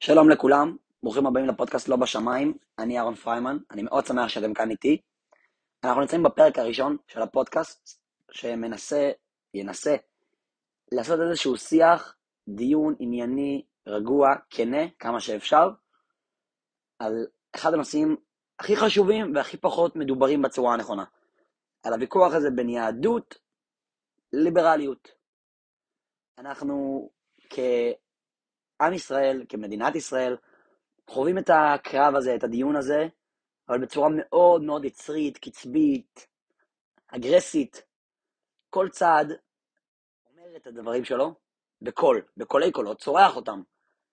שלום לכולם, ברוכים הבאים לפודקאסט לא בשמיים, אני אהרון פריימן, אני מאוד שמח שאתם כאן איתי. אנחנו נמצאים בפרק הראשון של הפודקאסט ינסה לעשות איזשהו שיח, דיון ענייני, רגוע, כנה, כמה שאפשר, על אחד הנושאים הכי חשובים והכי פחות מדוברים בצורה הנכונה. על הוויכוח הזה בין יהדות ליברליות. אנחנו כעם ישראל, כמדינת ישראל, חווים את הקרב הזה, את הדיון הזה, אבל בצורה מאוד מאוד יצרית, קצבית, אגרסית. כל צד אומר את הדברים שלו בקולי קולות, צורח אותם.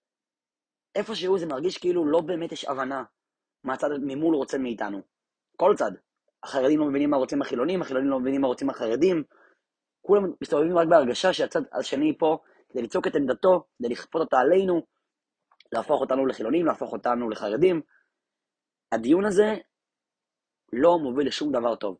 איפשהו זה מרגיש כאילו לא באמת יש הבנה מה הצד ממול רוצה מאיתנו. כל צד. החרדים לא מבינים מה רוצים החילונים, החילונים לא מבינים מה רוצים החרדים. כולם מסתובבים רק בהרגשה שהצד השני פה כדי לצעוק את עמדתו, כדי לכפות אותה עלינו, להפוך אותנו לחילונים, להפוך אותנו לחרדים. הדיון הזה לא מוביל לשום דבר טוב.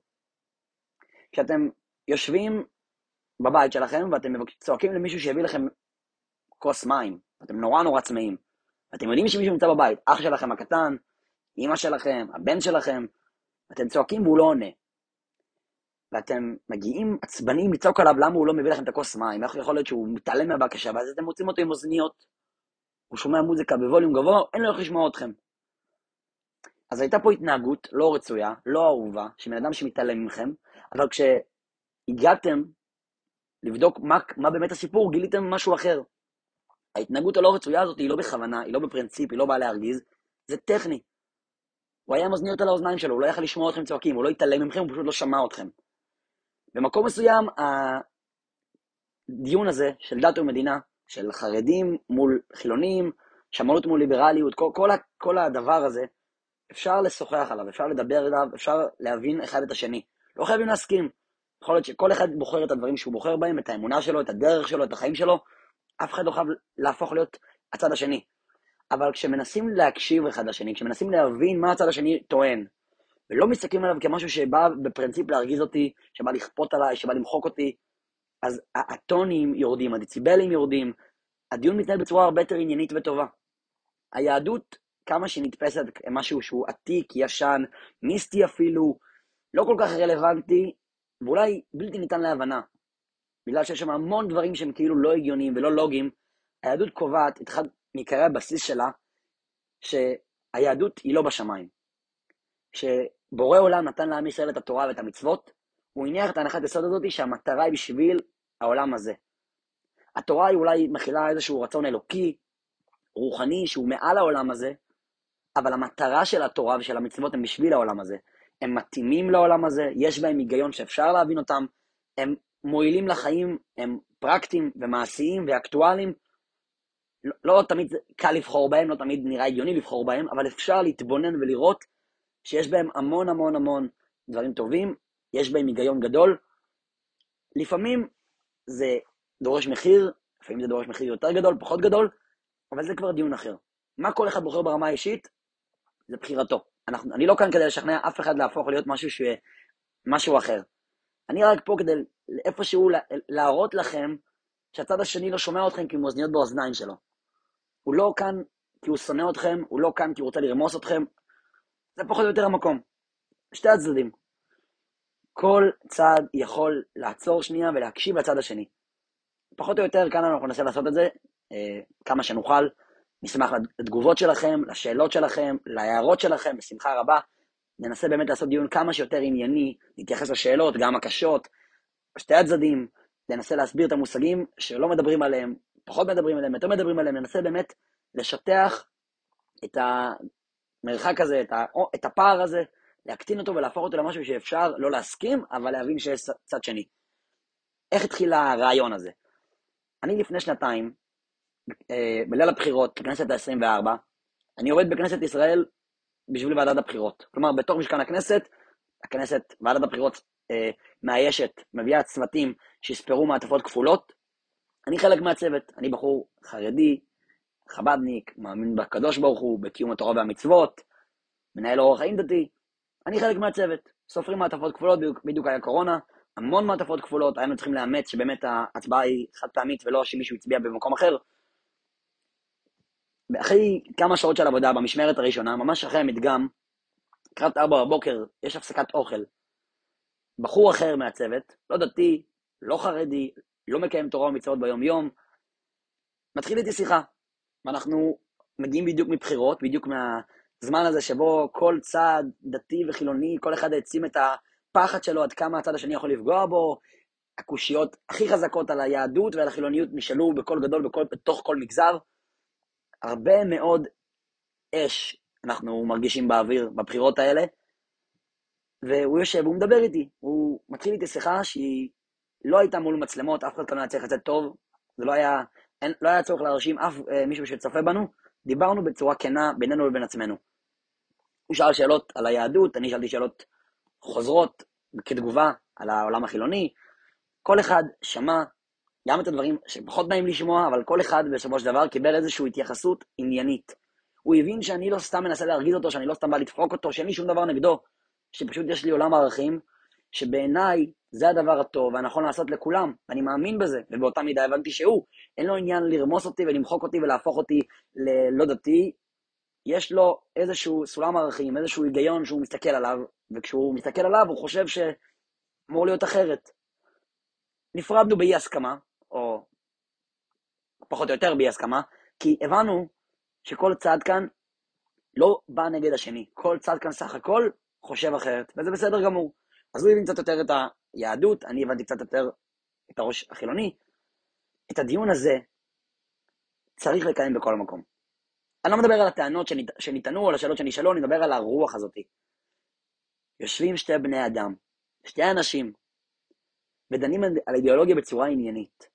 כשאתם יושבים בבית שלכם ואתם צועקים למישהו שיביא לכם כוס מים, אתם נורא צמאים, ואתם יודעים שמישהו נמצא בבית, אח שלכם הקטן, אמא שלכם, הבן שלכם, אתם צועקים והוא לא עונה, ואתם מגיעים עצבנים לצעוק עליו למה הוא לא מביא לכם את הכוס מים, איך יכול להיות שהוא מתעלם מהבקשה, ואז אתם מוצאים אותו עם אוזניות, הוא שומע מוזיקה בווליום גבוה, אין לו איך לשמוע אתכם. אז הייתה פה התנהגות לא רצויה, לא אהובה, של בן אדם שמתעלם מכם, אבל כשהגעתם לבדוק מה באמת הסיפור, גיליתם משהו אחר. ההתנהגות הלא רצויה הזאת היא לא בכוונה, היא לא בפרינציפ, היא לא באה להרגיז, זה טכני. הוא היה עם אוזניות על האוזניים שלו, הוא לא יכל לשמוע אתכם צועקים, הוא לא התעלם מכם, הוא פשוט לא שמע אתכם. במקום מסוים, הדיון הזה של דת ומדינה, של חרדים מול חילונים, שמרנות מול ליברליות, כל הדבר הזה, אפשר לשוחח עליו, אפשר לדבר עליו, אפשר להבין אחד את השני. לא חייבים להסכים. יכול להיות שכל אחד בוחר את הדברים שהוא בוחר בהם, את האמונה שלו, את הדרך שלו, את החיים שלו, אף אחד לא חייב להפוך להיות הצד השני. אבל כשמנסים להקשיב אחד לשני, כשמנסים להבין מה הצד השני טוען, ולא מסתכלים עליו כמשהו שבא בפרינציפ להרגיז אותי, שבא לכפות עליי, שבא למחוק אותי, אז הטונים יורדים, הדציבלים יורדים, הדיון מתנהל בצורה הרבה יותר עניינית וטובה. היהדות, כמה שהיא נתפסת כמשהו שהוא עתיק, ישן, מיסטי אפילו, לא כל כך רלוונטי, ואולי בלתי ניתן להבנה. בגלל שיש שם המון דברים שהם כאילו לא הגיוניים ולא לוגיים, היהדות קובעת את אחד מעיקרי הבסיס שלה, שהיהדות היא לא בשמיים. שבורא עולם נתן לעם ישראל את התורה ואת המצוות, הוא הניח את ההנחת יסוד הזאת שהמטרה היא בשביל העולם הזה. התורה היא אולי מכילה איזשהו רצון אלוקי, רוחני, שהוא מעל העולם הזה, אבל המטרה של התורה ושל המצוות הם בשביל העולם הזה. הם מתאימים לעולם הזה, יש בהם היגיון שאפשר להבין אותם, הם מועילים לחיים, הם פרקטיים ומעשיים ואקטואליים, לא תמיד קל לבחור בהם, לא תמיד נראה הגיוני לבחור בהם, אבל אפשר להתבונן ולראות שיש בהם המון דברים טובים, יש בהם היגיון גדול. לפעמים זה דורש מחיר, לפעמים זה דורש מחיר יותר גדול, פחות גדול, אבל זה כבר דיון אחר. מה כל אחד בוחר ברמה האישית, זה בחירתו. אני לא כאן כדי לשכנע אף אחד להפוך להיות משהו אחר. אני רק פה כדי איפשהו להראות לכם שהצד השני לא שומע אתכם כי הוא מאוזניות באוזניים שלו. הוא לא כאן כי הוא שונא אתכם, הוא לא כאן כי הוא רוצה לרמוס אתכם. זה פחות או יותר המקום. שתי הצדדים. כל צד יכול לעצור שנייה ולהקשיב לצד השני. פחות או יותר כאן אנחנו ננסה לעשות את זה כמה שנוכל. נשמח לתגובות שלכם, לשאלות שלכם, להערות שלכם, בשמחה רבה. ננסה באמת לעשות דיון כמה שיותר ענייני, להתייחס לשאלות, גם הקשות, שתי הצדדים, ננסה להסביר את המושגים שלא מדברים עליהם, פחות מדברים עליהם, יותר מדברים עליהם, ננסה באמת לשטח את המרחק הזה, את הפער הזה, להקטין אותו ולהפוך אותו למשהו שאפשר לא להסכים, אבל להבין שיש צד שני. איך התחיל הרעיון הזה? אני לפני שנתיים, בליל הבחירות, בכנסת ה-24, אני עובד בכנסת ישראל בשביל ועדת הבחירות. כלומר, בתוך משכן הכנסת, ועדת הבחירות מאיישת, מביאה צוותים שיספרו מעטפות כפולות. אני חלק מהצוות, אני בחור חרדי, חבדניק, מאמין בקדוש ברוך הוא, בקיום התורה והמצוות, מנהל אורח חיים דתי. אני חלק מהצוות, סופרים מעטפות כפולות, בדיוק היה קורונה, המון מעטפות כפולות, היינו צריכים לאמץ שבאמת ההצבעה היא חד פעמית ולא שמישהו הצביע במקום אחר. אחרי כמה שעות של עבודה במשמרת הראשונה, ממש אחרי המדגם, לקראת 4 בבוקר, יש הפסקת אוכל. בחור אחר מהצוות, לא דתי, לא חרדי, לא מקיים תורה ומצוות ביום יום, מתחיל איתי שיחה. ואנחנו מגיעים בדיוק מבחירות, בדיוק מהזמן הזה שבו כל צד דתי וחילוני, כל אחד העצים את הפחד שלו עד כמה הצד השני יכול לפגוע בו. הקושיות הכי חזקות על היהדות ועל החילוניות נשאלו בקול גדול בתוך כל מגזר. הרבה מאוד אש אנחנו מרגישים באוויר בבחירות האלה, והוא יושב, הוא מדבר איתי, הוא מתחיל איתי שיחה שהיא לא הייתה מול מצלמות, אף אחד כאן לא היה צריך לצאת טוב, זה לא היה צורך להרשים אף מישהו שצופה בנו, דיברנו בצורה כנה בינינו לבין עצמנו. הוא שאל שאלות על היהדות, אני שאלתי שאלות חוזרות כתגובה על העולם החילוני, כל אחד שמע גם את הדברים שפחות נעים לשמוע, אבל כל אחד בסופו של דבר קיבל איזושהי התייחסות עניינית. הוא הבין שאני לא סתם מנסה להרגיז אותו, שאני לא סתם בא לדפוק אותו, שאין לי שום דבר נגדו, שפשוט יש לי עולם ערכים, שבעיניי זה הדבר הטוב והנכון לעשות לכולם, ואני מאמין בזה, ובאותה מידה הבנתי שהוא, אין לו עניין לרמוס אותי ולמחוק אותי ולהפוך אותי ללא דתי, יש לו איזשהו סולם ערכים, איזשהו היגיון שהוא מסתכל עליו, וכשהוא מסתכל עליו הוא חושב שאמור להיות אחרת. נפרדנו באי הסכמה, או פחות או יותר באי הסכמה, כי הבנו שכל צד כאן לא בא נגד השני, כל צד כאן סך הכל חושב אחרת, וזה בסדר גמור. אז הוא הבין קצת יותר את היהדות, אני הבנתי קצת יותר את הראש החילוני. את הדיון הזה צריך לקיים בכל מקום. אני לא מדבר על הטענות שניתנו, או על השאלות שנשאלו, אני מדבר על הרוח הזאת. יושבים שתי בני אדם, שתי אנשים, ודנים על אידיאולוגיה בצורה עניינית.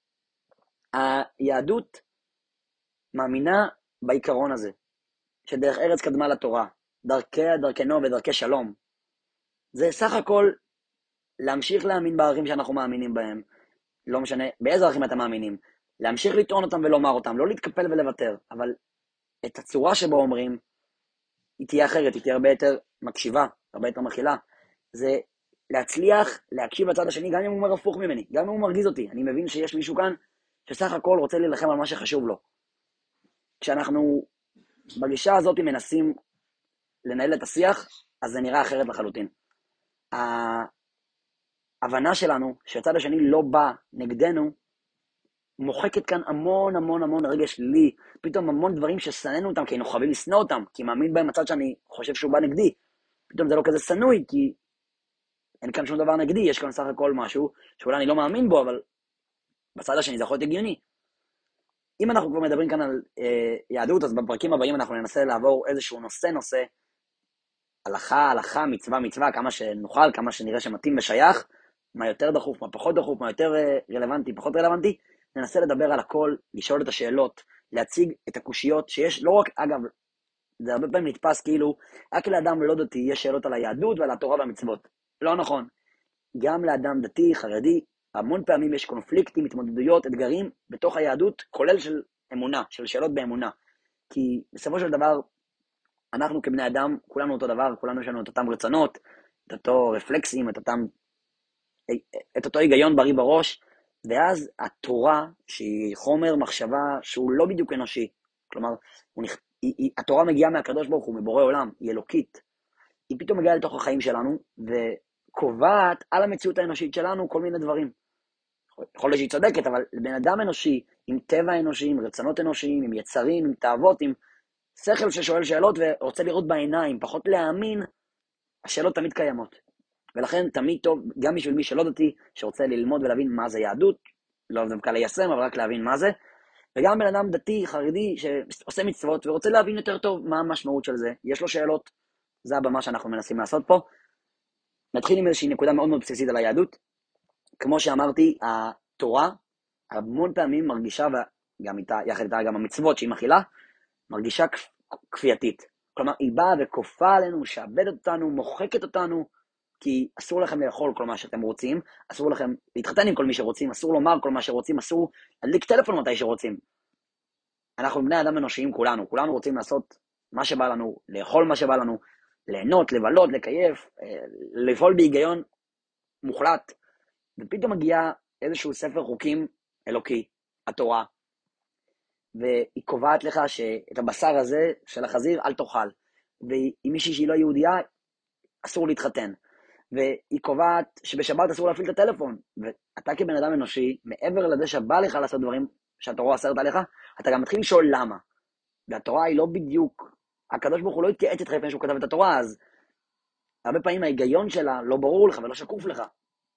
היהדות מאמינה בעיקרון הזה, שדרך ארץ קדמה לתורה, דרכי נועם ודרכי שלום. זה סך הכל להמשיך להאמין בערכים שאנחנו מאמינים בהם, לא משנה באיזה ערכים אתם מאמינים, להמשיך לטעון אותם ולומר אותם, לא להתקפל ולוותר, אבל את הצורה שבו אומרים, היא תהיה אחרת, היא תהיה הרבה יותר מקשיבה, הרבה יותר מכילה. זה להצליח להקשיב לצד השני, גם אם הוא אומר הפוך ממני, גם אם הוא מרגיז אותי. אני מבין שיש מישהו כאן שסך הכל רוצה להילחם על מה שחשוב לו. כשאנחנו בגישה הזאת מנסים לנהל את השיח, אז זה נראה אחרת לחלוטין. ההבנה שלנו שהצד השני לא בא נגדנו, מוחקת כאן המון המון המון רגע שלילי, פתאום המון דברים ששנאנו אותם, כי היינו חייבים לשנוא אותם, כי מאמין בהם הצד שאני חושב שהוא בא נגדי. פתאום זה לא כזה שנוי, כי אין כאן שום דבר נגדי, יש כאן סך הכל משהו שאולי אני לא מאמין בו, אבל בצד השני זה יכול להיות הגיוני. אם אנחנו כבר מדברים כאן על יהדות, אז בפרקים הבאים אנחנו ננסה לעבור איזשהו נושא, הלכה, מצווה, כמה שנוכל, כמה שנראה שמתאים ושייך, מה יותר דחוף, מה פחות דחוף, מה יותר רלוונטי, פחות רלוונטי, ננסה לדבר על הכל, לשאול את השאלות, להציג את הקושיות שיש, לא רק, אגב, זה הרבה פעמים נתפס כאילו, רק לאדם לא דתי יש שאלות על היהדות ועל התורה והמצוות. לא נכון. גם לאדם דתי, חרדי, המון פעמים יש קונפליקטים, התמודדויות, אתגרים בתוך היהדות, כולל של אמונה, של שאלות באמונה. כי בסופו של דבר, אנחנו כבני אדם, כולנו אותו דבר, כולנו יש לנו את אותם רצונות, את אותו רפלקסים, את אותו היגיון בריא בראש, ואז התורה, שהיא חומר מחשבה שהוא לא בדיוק אנושי, כלומר, התורה מגיעה מהקדוש ברוך הוא, מבורא עולם, היא אלוקית, היא פתאום מגיעה לתוך החיים שלנו, וקובעת על המציאות האנושית שלנו כל מיני דברים. יכול להיות שהיא צודקת, אבל בן אדם אנושי, עם טבע אנושי, עם רצונות אנושיים, עם יצרים, עם תאוות, עם שכל ששואל שאלות ורוצה לראות בעיניים, פחות להאמין, השאלות תמיד קיימות. ולכן תמיד טוב, גם בשביל מי שלא דתי, שרוצה ללמוד ולהבין מה זה יהדות, לא זה קל ליישם, אבל רק להבין מה זה, וגם בן אדם דתי, חרדי, שעושה מצוות ורוצה להבין יותר טוב מה המשמעות של זה, יש לו שאלות, זה הבמה שאנחנו מנסים לעשות פה. נתחיל עם איזושהי נקודה מאוד מאוד בסיסית על היהדות. כמו שאמרתי, התורה המון פעמים מרגישה, וגם איתה, יחד איתה גם המצוות שהיא מכילה, מרגישה כפייתית. כלומר, היא באה וכופה עלינו, משעבדת אותנו, מוחקת אותנו, כי אסור לכם לאכול כל מה שאתם רוצים, אסור לכם להתחתן עם כל מי שרוצים, אסור לומר כל מה שרוצים, אסור להדליק טלפון מתי שרוצים. אנחנו בני אדם אנושיים כולנו רוצים לעשות מה שבא לנו, לאכול מה שבא לנו, ליהנות, לבלות, לקייף, לפעול בהיגיון מוחלט, ופתאום מגיע איזשהו ספר חוקים אלוקי, התורה, והיא קובעת לך שאת הבשר הזה של החזיר אל תאכל, ועם מישהי שהיא לא יהודייה אסור להתחתן, והיא קובעת שבשבת אסור להפעיל את הטלפון, ואתה כבן אדם אנושי, מעבר לזה שבא לך לעשות דברים שהתורה אסרת עליך, אתה גם מתחיל לשאול למה. והתורה היא לא בדיוק, הקדוש ברוך הוא לא התייעץ איתך לפני שהוא כתב את התורה, אז הרבה פעמים ההיגיון שלה לא ברור לך ולא שקוף לך.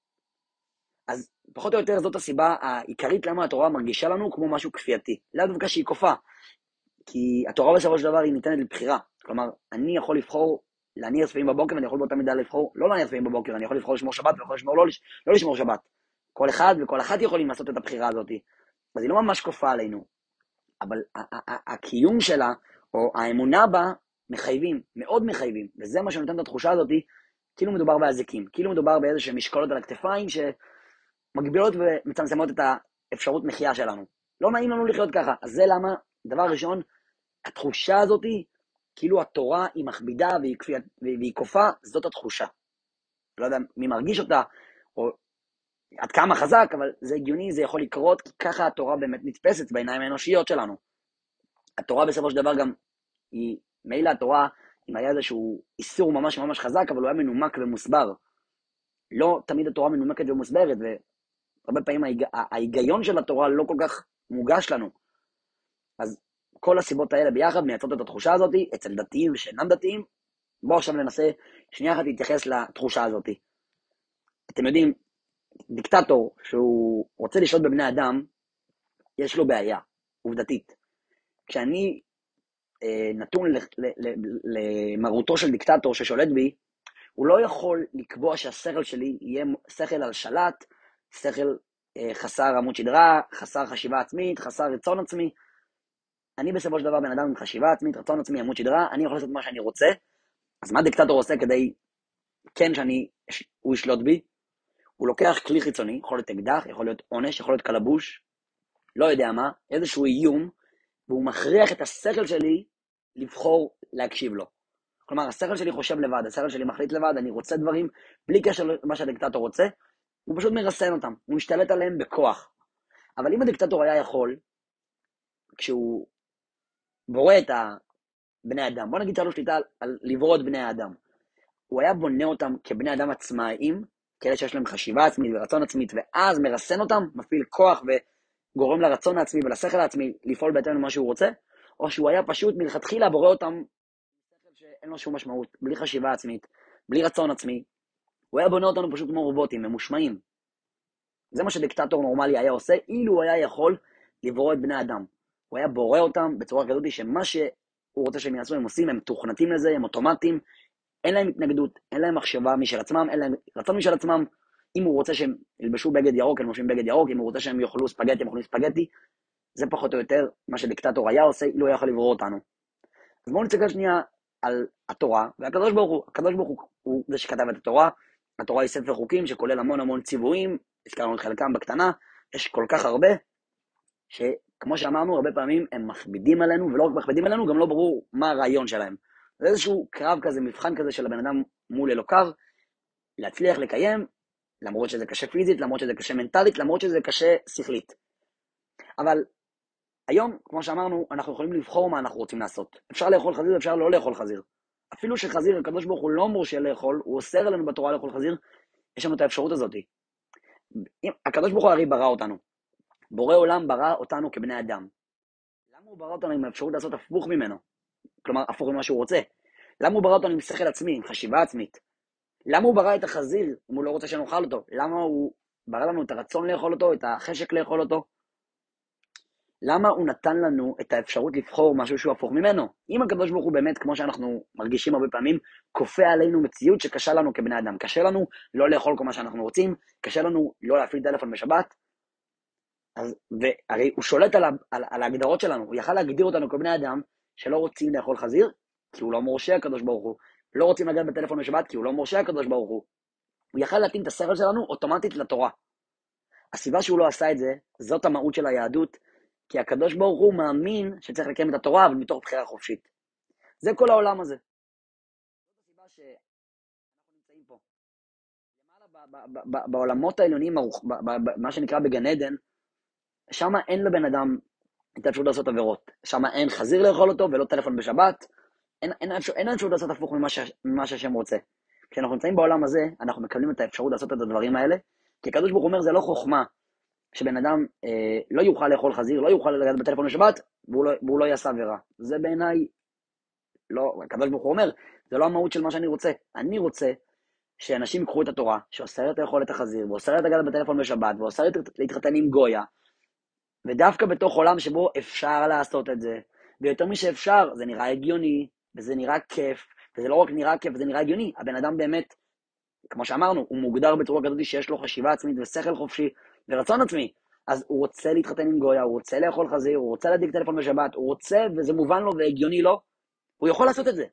אז פחות או יותר זאת הסיבה העיקרית למה התורה מרגישה לנו כמו משהו כפייתי. לאו דווקא שהיא כופה, כי התורה בסופו של דבר היא ניתנת לבחירה. כלומר, אני יכול לבחור להניח תפילין בבוקר, ואני יכול באותה מידה לבחור לא להניח תפילין בבוקר, אני יכול לבחור לשמור שבת, ויכול לשמור לא לשמור שבת. כל אחד וכל אחת יכולים לעשות את הבחירה הזאת. אז היא לא ממש כופה עלינו, אבל הקיום שלה, או האמונה בה, מחייבים, מאוד מחייבים, וזה מה שנותן את התחושה הזאת, כאילו מדובר באזיקים, כאילו מדובר באיזושהי משקולות על הכתפיים, שמגבילות ומצמצמות את האפשרות מחיה שלנו. לא נעים לנו לחיות ככה, אז זה למה, דבר ראשון, התחושה הזאת, כאילו התורה היא מכבידה והיא כופה, זאת התחושה. לא יודע מי מרגיש אותה, או עד כמה חזק, אבל זה הגיוני, זה יכול לקרות, כי ככה התורה באמת נתפסת בעיניים האנושיות שלנו. התורה בסופו של דבר גם, היא, מילא התורה, אם היה איזשהו איסור ממש ממש חזק, אבל הוא היה מנומק ומוסבר. לא תמיד התורה מנומקת ומוסברת, והרבה פעמים ההיגיון של התורה לא כל כך מוגש לנו. אז כל הסיבות האלה ביחד מייצרות את התחושה הזאת, אצל דתיים ושאינם דתיים. בואו עכשיו ננסה שנייה אחת להתייחס לתחושה הזאת. אתם יודעים, דיקטטור שהוא רוצה לשלוט בבני אדם, יש לו בעיה, עובדתית. כשאני נתון למרותו של דיקטטור ששולט בי, הוא לא יכול לקבוע שהשכל שלי יהיה שכל על שלט, שכל חסר עמוד שדרה, חסר חשיבה עצמית, חסר רצון עצמי. אני בסופו של דבר בן אדם עם חשיבה עצמית, רצון עצמי, עמוד שדרה, אני יכול לעשות מה שאני רוצה. אז מה דיקטטור עושה כדי כן שהוא ישלוט בי? הוא לוקח כלי חיצוני, יכול להיות אקדח, יכול להיות עונש, יכול להיות קלבוש, לא יודע מה, איזשהו איום, והוא מכריח את השכל שלי לבחור להקשיב לו. כלומר, השכל שלי חושב לבד, השכל שלי מחליט לבד, אני רוצה דברים בלי קשר למה שהדיקטטור רוצה, הוא פשוט מרסן אותם, הוא משתלט עליהם בכוח. אבל אם הדיקטטור היה יכול, כשהוא בורא את בני אדם, בוא נגיד שהיה לו שליטה על לברוא את בני האדם, הוא היה בונה אותם כבני אדם עצמאיים, כאלה שיש להם חשיבה עצמית ורצון עצמית, ואז מרסן אותם, מפעיל כוח וגורם לרצון העצמי ולשכל העצמי לפעול בהתאם למה שהוא רוצה, או שהוא היה פשוט מלכתחילה בורא אותם שכל שאין לו שום משמעות, בלי חשיבה עצמית, בלי רצון עצמי. הוא היה בונה אותנו פשוט כמו רובוטים, ממושמעים. זה מה שדיקטטור נורמלי היה עושה, אילו הוא היה יכול לברוא את בני אדם. הוא היה בורא אותם בצורה כזאת שמה שהוא רוצה שהם יעשו, הם עושים, הם תוכנתים לזה, הם אוטומטיים, אין להם התנגדות, אין להם מחשבה משל עצמם, אין להם רצון משל עצמם. אם הוא רוצה שהם ילבשו בגד ירוק, הם לובשים בגד ירוק, אם הוא רוצה שהם יאכלו ספגטי, הם אוכלים ספגטי. זה פחות או יותר מה שדיקטטור היה עושה, לא יכול לברוא אותנו. אז בואו נצטרך שנייה על התורה, והקדוש ברוך הוא, הקדוש ברוך הוא זה שכתב את התורה. התורה היא ספר חוקים שכולל המון המון ציוויים, הזכרנו את חלקם בקטנה, יש כל כך הרבה, שכמו שאמרנו, הרבה פעמים הם מכבידים עלינו, ולא רק מכבידים עלינו, גם לא ברור מה הרעיון שלהם. זה איזשהו קרב כזה, מבחן כזה של הבן אדם מול אלוקיו, להצליח לקיים, למרות שזה קשה פיזית, למרות שזה קשה מנטלית, למרות שזה קשה שכלית. אבל היום, כמו שאמרנו, אנחנו יכולים לבחור מה אנחנו רוצים לעשות. אפשר לאכול חזיר, אפשר לא לאכול חזיר. אפילו שחזיר, הקדוש ברוך הוא לא מורשה לאכול, הוא אוסר עלינו בתורה לאכול חזיר, יש לנו את האפשרות הזאת. הקדוש ברוך הוא הרי ברא אותנו. בורא עולם ברא אותנו כבני אדם. למה הוא ברא אותנו עם האפשרות לעשות הפוך ממנו? כלומר, הפוך ממה שהוא רוצה. למה הוא ברא אותנו עם שכל עצמי, עם חשיבה עצמית? למה הוא ברא את החזיר אם הוא לא רוצה שנאכל אותו? למה הוא ברא לנו את הרצון לאכול אותו, את החשק לאכול אותו? למה הוא נתן לנו את האפשרות לבחור משהו שהוא הפוך ממנו? אם הקדוש ברוך הוא באמת, כמו שאנחנו מרגישים הרבה פעמים, כופה עלינו מציאות שקשה לנו כבני אדם. קשה לנו לא לאכול כל מה שאנחנו רוצים, קשה לנו לא להפעיל טלפון בשבת, והרי הוא שולט על ההגדרות שלנו. הוא יכל להגדיר אותנו כבני אדם שלא רוצים לאכול חזיר, כי הוא לא מורשה הקדוש ברוך הוא. לא רוצים לגעת בטלפון בשבת, כי הוא לא מורשה הקדוש ברוך הוא. הוא יכל להתאים את השכל שלנו אוטומטית לתורה. הסיבה שהוא לא עשה את זה, זאת המהות של היהדות, כי הקדוש ברוך הוא מאמין שצריך לקיים את התורה, אבל מתוך בחירה חופשית. זה כל העולם הזה. זאת הסיבה שאנחנו נמצאים פה. למעלה בעולמות העליונים, מה שנקרא בגן עדן, שם אין לבן אדם את האפשרות לעשות עבירות. שם אין חזיר לאכול אותו ולא טלפון בשבת. אין אפשרות לעשות הפוך ממה שהשם רוצה. כשאנחנו נמצאים בעולם הזה, אנחנו מקבלים את האפשרות לעשות את הדברים האלה, כי הקדוש ברוך הוא אומר, זה לא חוכמה שבן אדם לא יוכל לאכול חזיר, לא יוכל לגעת בטלפון בשבת, והוא לא יעשה עבירה. זה בעיניי, לא, הקדוש ברוך הוא אומר, זה לא המהות של מה שאני רוצה. אני רוצה שאנשים יקחו את התורה, שאוסרת לאכול את החזיר, ואוסרת לגעת בטלפון בשבת, ואוסרת להתחתן עם גויה, ודווקא בתוך עולם שבו אפשר לעשות את זה, ויותר משאפשר, זה נראה הגיוני, וזה נראה כיף, וזה לא רק נראה כיף, זה נראה הגיוני. הבן אדם באמת, כמו שאמרנו, הוא מוגדר בצורה כזאת שיש לו חשיבה עצמית ושכל חופשי ורצון עצמי. אז הוא רוצה להתחתן עם גויה, הוא רוצה לאכול חזיר, הוא רוצה להדליק טלפון בשבת, הוא רוצה, וזה מובן לו והגיוני לו, הוא יכול לעשות את זה.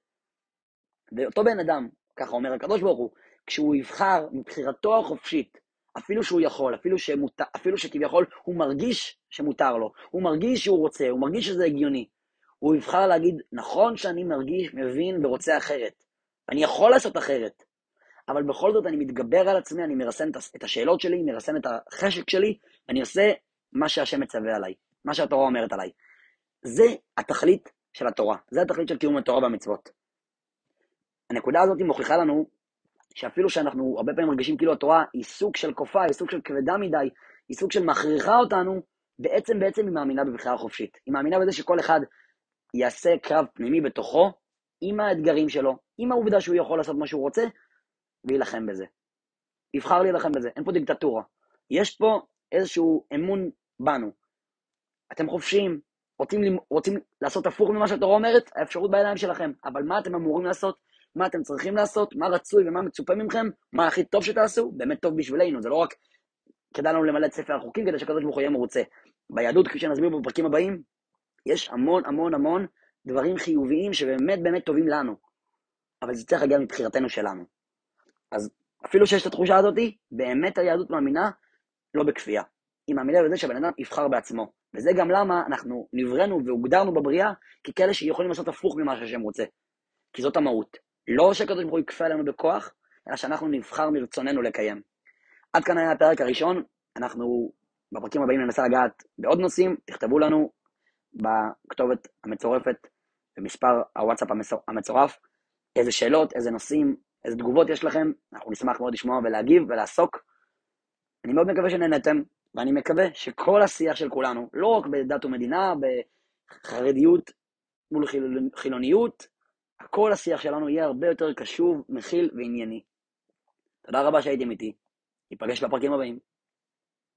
ואותו בן אדם, ככה אומר הקדוש ברוך הוא, כשהוא יבחר מבחירתו החופשית, אפילו שהוא יכול, אפילו שכביכול הוא מרגיש שמותר לו, הוא מרגיש שהוא רוצה, הוא מרגיש שזה הגיוני, הוא יבחר להגיד, נכון שאני מרגיש, מבין ורוצה אחרת, אני יכול לעשות אחרת, אבל בכל זאת אני מתגבר על עצמי, אני מרסן את השאלות שלי, מרסן את החשק שלי, אני עושה מה שהשם מצווה עליי, מה שהתורה אומרת עליי. זה התכלית של התורה, זה התכלית של קיום התורה והמצוות. הנקודה הזאת מוכיחה לנו שאפילו שאנחנו הרבה פעמים מרגישים כאילו התורה היא סוג של כופה, היא סוג של כבדה מדי, היא סוג של מכריחה אותנו, בעצם היא מאמינה בבחירה חופשית. היא מאמינה בזה שכל אחד יעשה קרב פנימי בתוכו, עם האתגרים שלו, עם העובדה שהוא יכול לעשות מה שהוא רוצה, וילחם בזה. יבחר להילחם בזה. אין פה דיקטטורה. יש פה איזשהו אמון בנו. אתם חופשיים, רוצים לעשות הפוך ממה שהתורה אומרת, האפשרות בידיים שלכם. אבל מה אתם אמורים לעשות? מה אתם צריכים לעשות? מה רצוי ומה מצופה מכם? מה הכי טוב שתעשו? באמת טוב בשבילנו. זה לא רק כדאי לנו למלא את ספר החוקים כדי שהקדוש ברוך הוא יהיה מרוצה. ביהדות, כפי שנסביר בפרקים הבאים, יש המון דברים חיוביים שבאמת טובים לנו. אבל זה צריך להגיע מבחירתנו שלנו. אז אפילו שיש את התחושה הזאת, באמת היהדות מאמינה לא בכפייה. היא מאמינה בזה שהבן אדם יבחר בעצמו. וזה גם למה אנחנו נבראנו והוגדרנו בבריאה ככאלה שיכולים לעשות הפוך ממה שהשם רוצה. כי זאת המהות. לא שהקדוש ברוך הוא יקפה עלינו בכוח, אלא שאנחנו נבחר מרצוננו לקיים. עד כאן היה הפרק הראשון. אנחנו בפרקים הבאים ננסה לגעת בעוד נושאים. תכתבו לנו בכתובת המצורפת במספר הוואטסאפ המצורף איזה שאלות, איזה נושאים, איזה תגובות יש לכם. אנחנו נשמח מאוד לשמוע ולהגיב ולעסוק. אני מאוד מקווה שנהנתם, ואני מקווה שכל השיח של כולנו, לא רק בדת ומדינה, בחרדיות מול חילוניות, כל השיח שלנו יהיה הרבה יותר קשוב, מכיל וענייני. תודה רבה שהייתם איתי. ניפגש בפרקים הבאים.